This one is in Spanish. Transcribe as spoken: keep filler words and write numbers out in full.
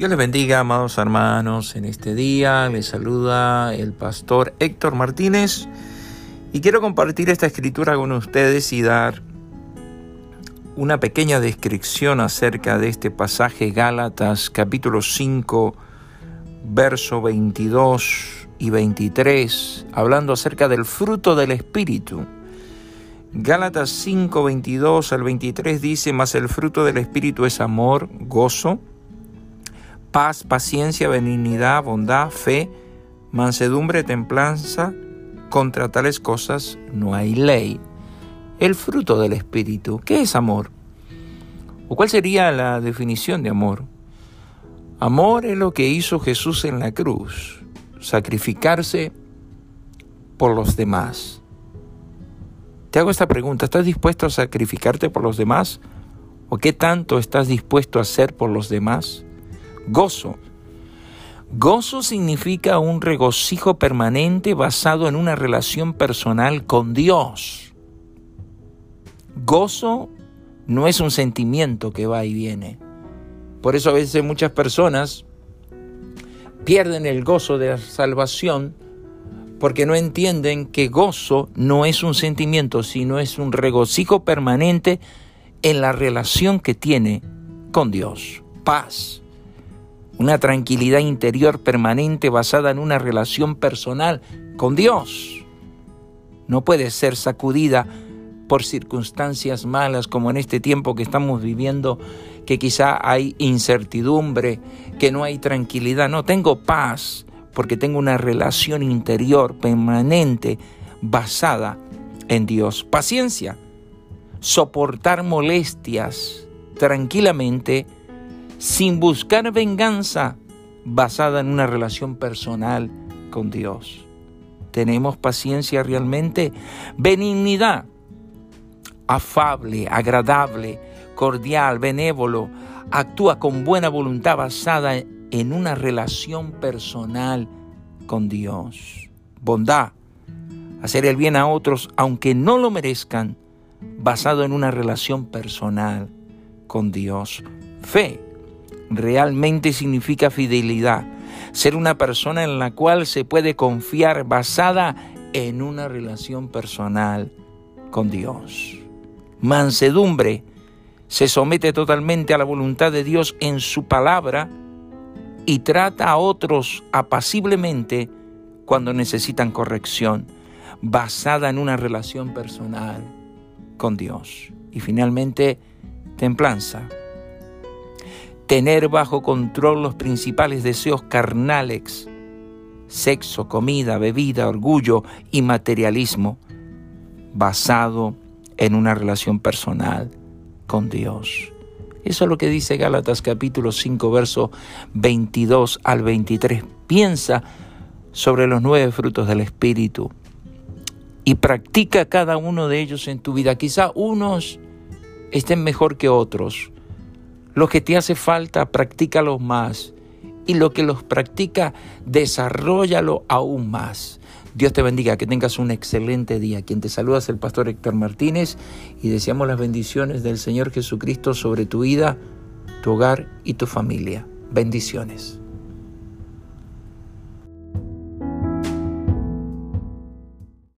Dios les bendiga, amados hermanos. En este día les saluda el pastor Héctor Martínez y quiero compartir esta escritura con ustedes y dar una pequeña descripción acerca de este pasaje, Gálatas capítulo cinco, verso veintidós y veintitrés, hablando acerca del fruto del Espíritu. Gálatas cinco, veintidós al veintitrés dice: mas el fruto del Espíritu es amor, gozo, paz, paciencia, benignidad, bondad, fe, mansedumbre, templanza. Contra tales cosas no hay ley. El fruto del Espíritu, ¿qué es amor? ¿O cuál sería la definición de amor? Amor es lo que hizo Jesús en la cruz, sacrificarse por los demás. Te hago esta pregunta: ¿estás dispuesto a sacrificarte por los demás? ¿O qué tanto estás dispuesto a hacer por los demás? Gozo. Gozo significa un regocijo permanente basado en una relación personal con Dios. Gozo no es un sentimiento que va y viene. Por eso a veces muchas personas pierden el gozo de la salvación porque no entienden que gozo no es un sentimiento, sino es un regocijo permanente en la relación que tiene con Dios. Paz. Una tranquilidad interior permanente basada en una relación personal con Dios. No puede ser sacudida por circunstancias malas como en este tiempo que estamos viviendo, que quizá hay incertidumbre, que no hay tranquilidad. No, tengo paz porque tengo una relación interior permanente basada en Dios. Paciencia. Soportar molestias tranquilamente sin buscar venganza, basada en una relación personal con Dios. ¿Tenemos paciencia realmente? Benignidad. Afable, agradable, cordial, benévolo. Actúa con buena voluntad basada en una relación personal con Dios. Bondad. Hacer el bien a otros aunque no lo merezcan, basado en una relación personal con Dios. Fe. Realmente significa fidelidad, ser una persona en la cual se puede confiar basada en una relación personal con Dios. Mansedumbre, se somete totalmente a la voluntad de Dios en su palabra y trata a otros apaciblemente cuando necesitan corrección, basada en una relación personal con Dios. Y finalmente, templanza. Tener bajo control los principales deseos carnales: sexo, comida, bebida, orgullo y materialismo, basado en una relación personal con Dios. Eso es lo que dice Gálatas capítulo cinco, versos veintidós al veintitrés. Piensa sobre los nueve frutos del Espíritu y practica cada uno de ellos en tu vida. Quizá unos estén mejor que otros. Lo que te hace falta, practícalos más. Y lo que los practica, desarróllalo aún más. Dios te bendiga, que tengas un excelente día. Quien te saluda es el pastor Héctor Martínez y deseamos las bendiciones del Señor Jesucristo sobre tu vida, tu hogar y tu familia. Bendiciones.